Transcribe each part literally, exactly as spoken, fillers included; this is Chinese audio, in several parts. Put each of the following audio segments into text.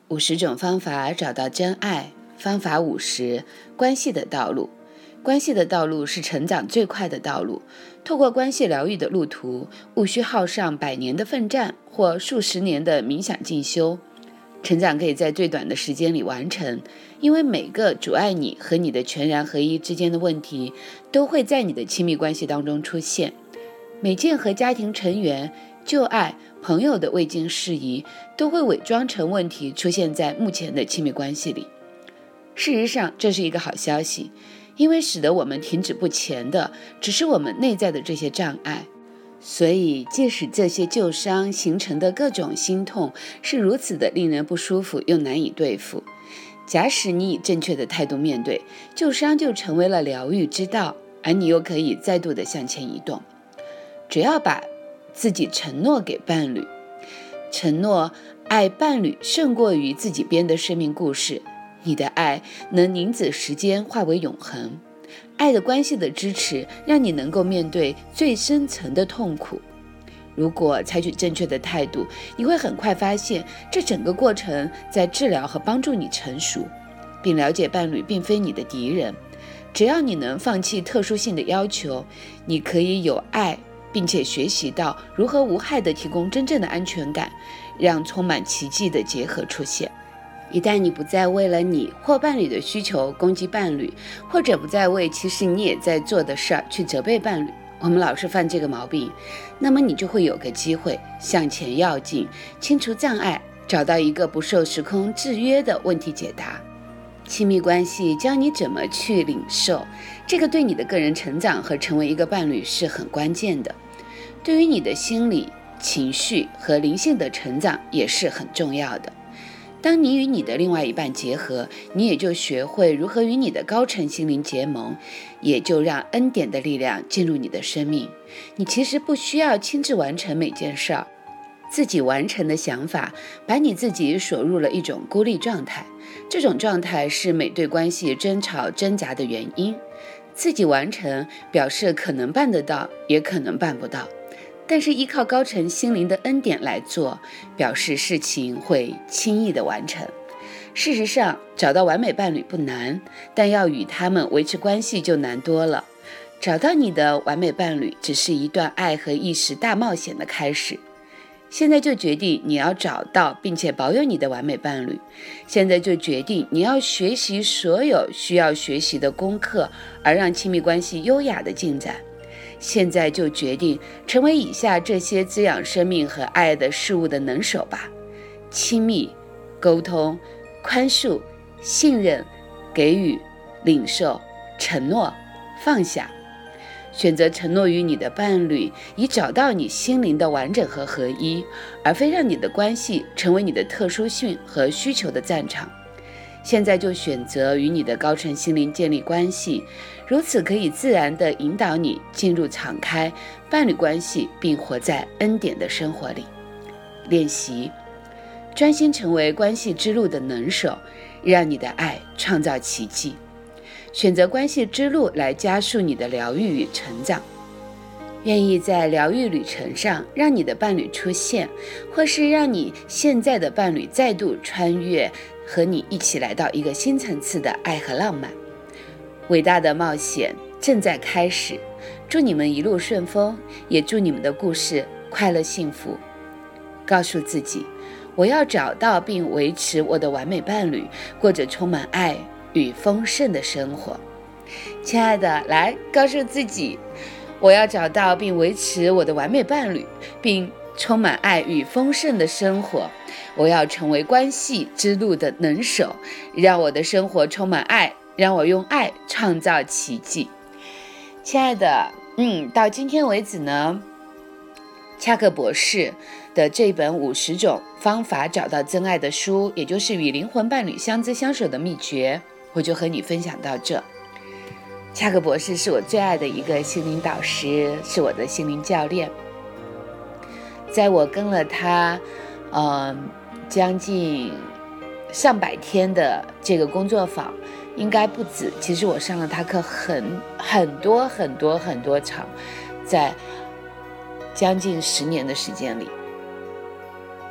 五十种方法找到真爱，方法五十，关系的道路。关系的道路是成长最快的道路。透过关系疗愈的路途，务需耗上百年的奋战或数十年的冥想进修。成长可以在最短的时间里完成，因为每个阻碍你和你的全然合一之间的问题，都会在你的亲密关系当中出现。每件和家庭成员、旧爱、朋友的未尽事宜，都会伪装成问题出现在目前的亲密关系里。事实上，这是一个好消息，因为使得我们停止不前的，只是我们内在的这些障碍。所以，即使这些旧伤形成的各种心痛是如此的令人不舒服又难以对付，假使你以正确的态度面对，旧伤就成为了疗愈之道，而你又可以再度的向前移动。只要把自己承诺给伴侣，承诺爱伴侣胜过于自己编的生命故事，你的爱能凝止时间，化为永恒。爱的关系的支持，让你能够面对最深层的痛苦。如果采取正确的态度，你会很快发现，这整个过程在治疗和帮助你成熟，并了解伴侣并非你的敌人。只要你能放弃特殊性的要求，你可以有爱，并且学习到如何无害地提供真正的安全感，让充满奇迹的结合出现。一旦你不再为了你或伴侣的需求攻击伴侣，或者不再为其实你也在做的事儿去责备伴侣，我们老是犯这个毛病，那么你就会有个机会向前要进，清除障碍，找到一个不受时空制约的问题解答。亲密关系教你怎么去领受，这个对你的个人成长和成为一个伴侣是很关键的，对于你的心理、情绪和灵性的成长也是很重要的。当你与你的另外一半结合，你也就学会如何与你的高层心灵结盟，也就让恩典的力量进入你的生命。你其实不需要亲自完成每件事儿，自己完成的想法把你自己锁入了一种孤立状态，这种状态是每对关系争吵挣扎的原因。自己完成表示可能办得到，也可能办不到，但是依靠高层心灵的恩典来做，表示事情会轻易的完成。事实上，找到完美伴侣不难，但要与他们维持关系就难多了。找到你的完美伴侣只是一段爱和意识大冒险的开始。现在就决定你要找到并且保有你的完美伴侣，现在就决定你要学习所有需要学习的功课，而让亲密关系优雅的进展。现在就决定成为以下这些滋养生命和爱的事物的能手吧：亲密、沟通、宽恕、信任、给予、领受、承诺、放下。选择承诺于你的伴侣，以找到你心灵的完整和合一，而非让你的关系成为你的特殊性和需求的战场。现在就选择与你的高层心灵建立关系，如此可以自然地引导你进入敞开伴侣关系，并活在恩典的生活里。练习，专心成为关系之路的能手，让你的爱创造奇迹。选择关系之路来加速你的疗愈与成长。愿意在疗愈旅程上让你的伴侣出现，或是让你现在的伴侣再度穿越，和你一起来到一个新层次的爱和浪漫。伟大的冒险正在开始，祝你们一路顺风，也祝你们的故事快乐幸福。告诉自己，我要找到并维持我的完美伴侣，过着充满爱与丰盛的生活。亲爱的，来告诉自己，我要找到并维持我的完美伴侣，并充满爱与丰盛的生活。我要成为关系之路的能手，让我的生活充满爱，让我用爱创造奇迹。亲爱的，嗯，到今天为止呢，恰克博士的这本五十种方法找到真爱的书，也就是与灵魂伴侣相知相守的秘诀，我就和你分享到这。恰克博士是我最爱的一个心灵导师，是我的心灵教练。在我跟了他呃，将近上百天的这个工作坊，应该不止，其实我上了他课很很多很多很多场，在将近十年的时间里，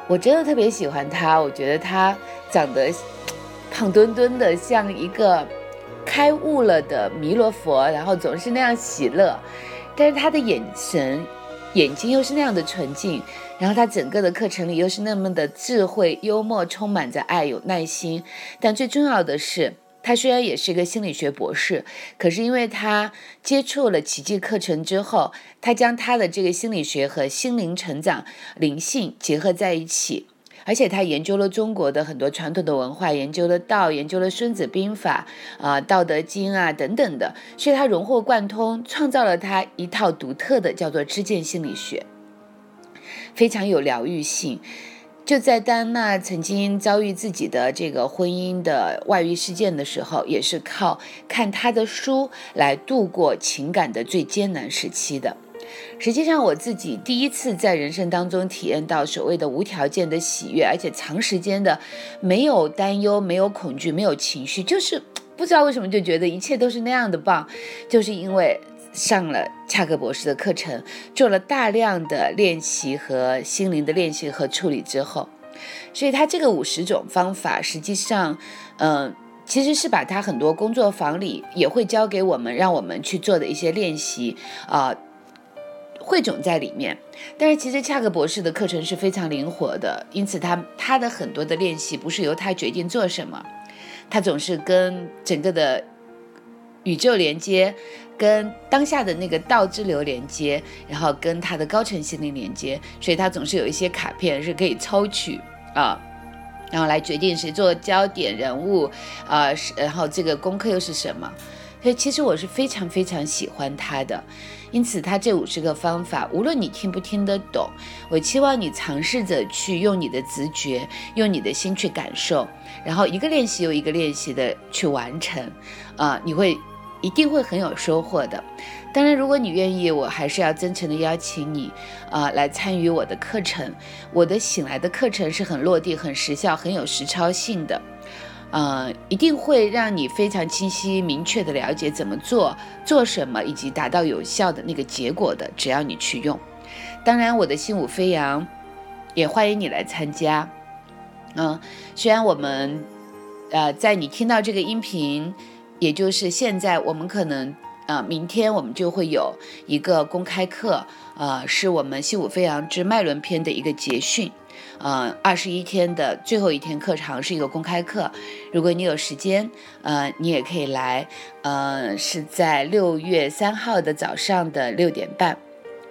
我真的特别喜欢他，我觉得他长得胖墩墩的，像一个开悟了的弥勒佛，然后总是那样喜乐，但是他的眼神眼睛又是那样的纯净，然后他整个的课程里又是那么的智慧幽默，充满着爱，有耐心。但最重要的是，他虽然也是一个心理学博士，可是因为他接触了奇迹课程之后，他将他的这个心理学和心灵成长灵性结合在一起，而且他研究了中国的很多传统的文化，研究了道，研究了孙子兵法啊、道德经啊等等的，所以他融会贯通，创造了他一套独特的叫做知见心理学，非常有疗愈性。就在戴安娜曾经遭遇自己的这个婚姻的外遇事件的时候，也是靠看她的书来度过情感的最艰难时期的。实际上我自己第一次在人生当中体验到所谓的无条件的喜悦，而且长时间的没有担忧，没有恐惧，没有情绪，就是不知道为什么就觉得一切都是那样的棒，就是因为上了恰克博士的课程，做了大量的练习和心灵的练习和处理之后，所以他这个五十种方法实际上嗯、呃其实是把他很多工作坊里也会教给我们，让我们去做的一些练习啊、呃汇总在里面。但是其实恰克博士的课程是非常灵活的，因此他他的很多的练习不是由他决定做什么，他总是跟整个的宇宙连接，跟当下的那个道之流连接，然后跟他的高层心灵连接，所以他总是有一些卡片是可以抽取啊，然后来决定谁做焦点人物啊，然后这个功课又是什么。所以其实我是非常非常喜欢他的，因此他这五十个方法，无论你听不听得懂，我期望你尝试着去用你的直觉，用你的心去感受，然后一个练习又一个练习的去完成啊、呃，你会一定会很有收获的。当然如果你愿意，我还是要真诚的邀请你啊、呃，来参与我的课程。我的醒来的课程是很落地，很实效，很有实操性的，呃，一定会让你非常清晰明确的了解怎么做，做什么，以及达到有效的那个结果的，只要你去用。当然我的心舞飞扬也欢迎你来参加。嗯、呃，虽然我们呃在你听到这个音频，也就是现在，我们可能呃明天我们就会有一个公开课，呃是我们心舞飞扬之脉轮篇的一个结训，呃二十一天的最后一天课堂是一个公开课，如果你有时间呃你也可以来，呃是在六月三号的早上的六点半。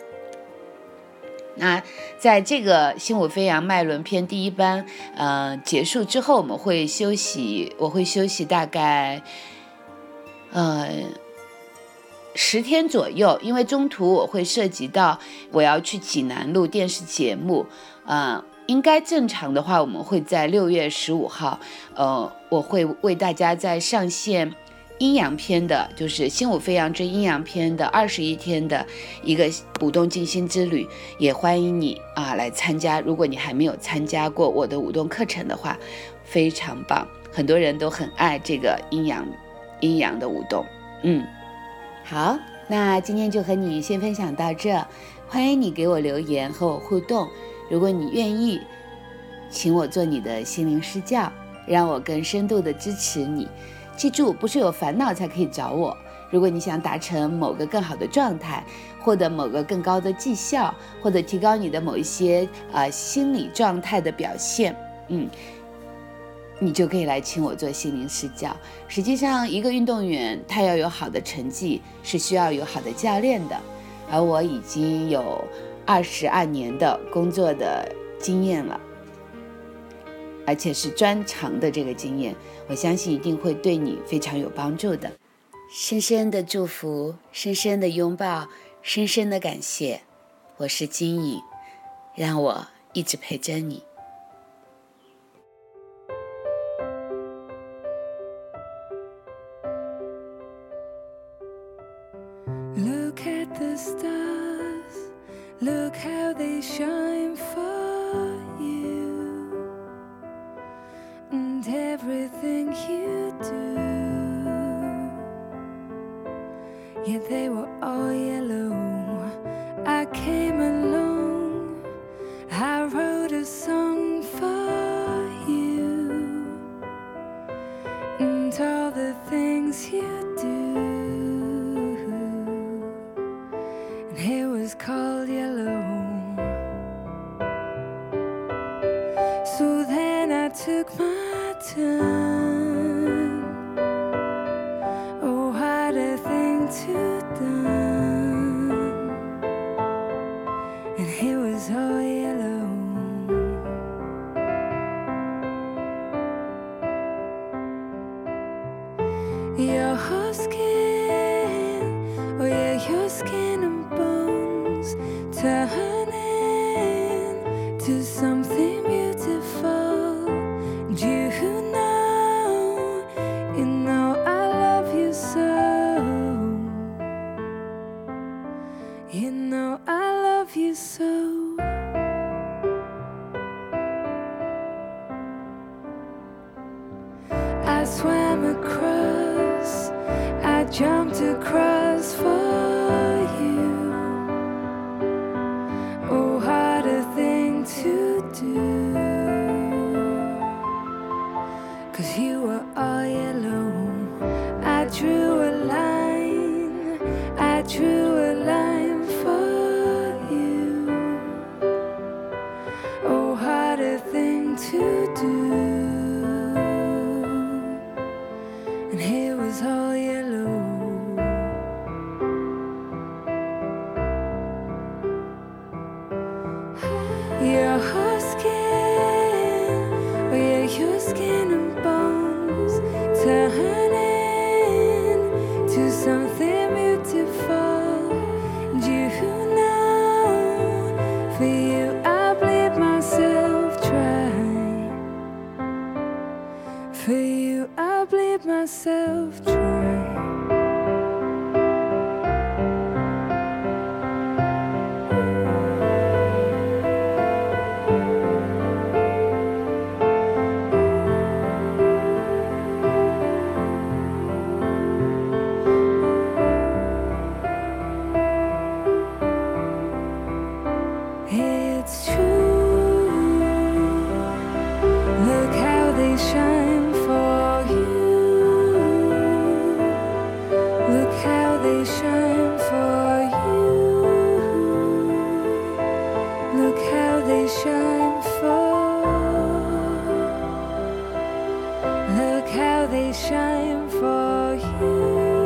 那在这个心舞飞扬脉轮篇第一班呃结束之后，我们会休息，我会休息大概呃十天左右，因为中途我会涉及到我要去济南录电视节目，呃应该正常的话我们会在六月十五号呃我会为大家在上线阴阳篇的，就是心舞飞扬之阴阳篇的二十一天的一个舞动静心之旅，也欢迎你啊来参加。如果你还没有参加过我的舞动课程的话，非常棒，很多人都很爱这个阴阳阴阳的舞动。嗯，好，那今天就和你先分享到这，欢迎你给我留言和我互动。如果你愿意，请我做你的心灵施教，让我更深度的支持你。记住，不是有烦恼才可以找我。如果你想达成某个更好的状态，获得某个更高的绩效，或者提高你的某一些呃心理状态的表现，嗯，你就可以来请我做心灵施教。实际上，一个运动员他要有好的成绩，是需要有好的教练的。而我已经有二十二年的工作的经验了，而且是专长的这个经验，我相信一定会对你非常有帮助的。深深的祝福，深深的拥抱，深深的感谢。我是金颖，让我一直陪着你。 Look at the stars, look how they shine for you, and everything you do. Yet they were all yellow. I came along, I wrote a song and all the things you do. And it was called yellow. So then I took my turn. Oh, what a thing to done. And it was all yellow. Your skin, oh yeah, your skin and bones turning to something beautiful. And you know, you know I love you so. You know I love you so. I swam across, I jumped across for you. Oh, what a thing to do. 'Cause you were all yellow. I drew a line, I drew a line for you. Oh, what a thing to do. And it was all yellow. Your skin, oh yeah, your skin and bones turning to something beautiful. And you know, for you I bleed myself dry. For you I bleed myself dry. It's true. Look how they shine for you. Look how they shine for you. Look how they shine for. Look how they shine for you.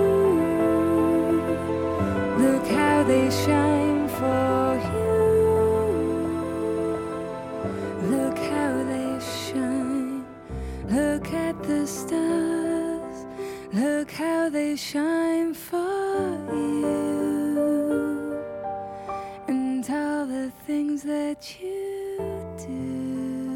Look how they shine for you. Look how they shine. Look at the stars. Look how they shine for you. And all the things that you do.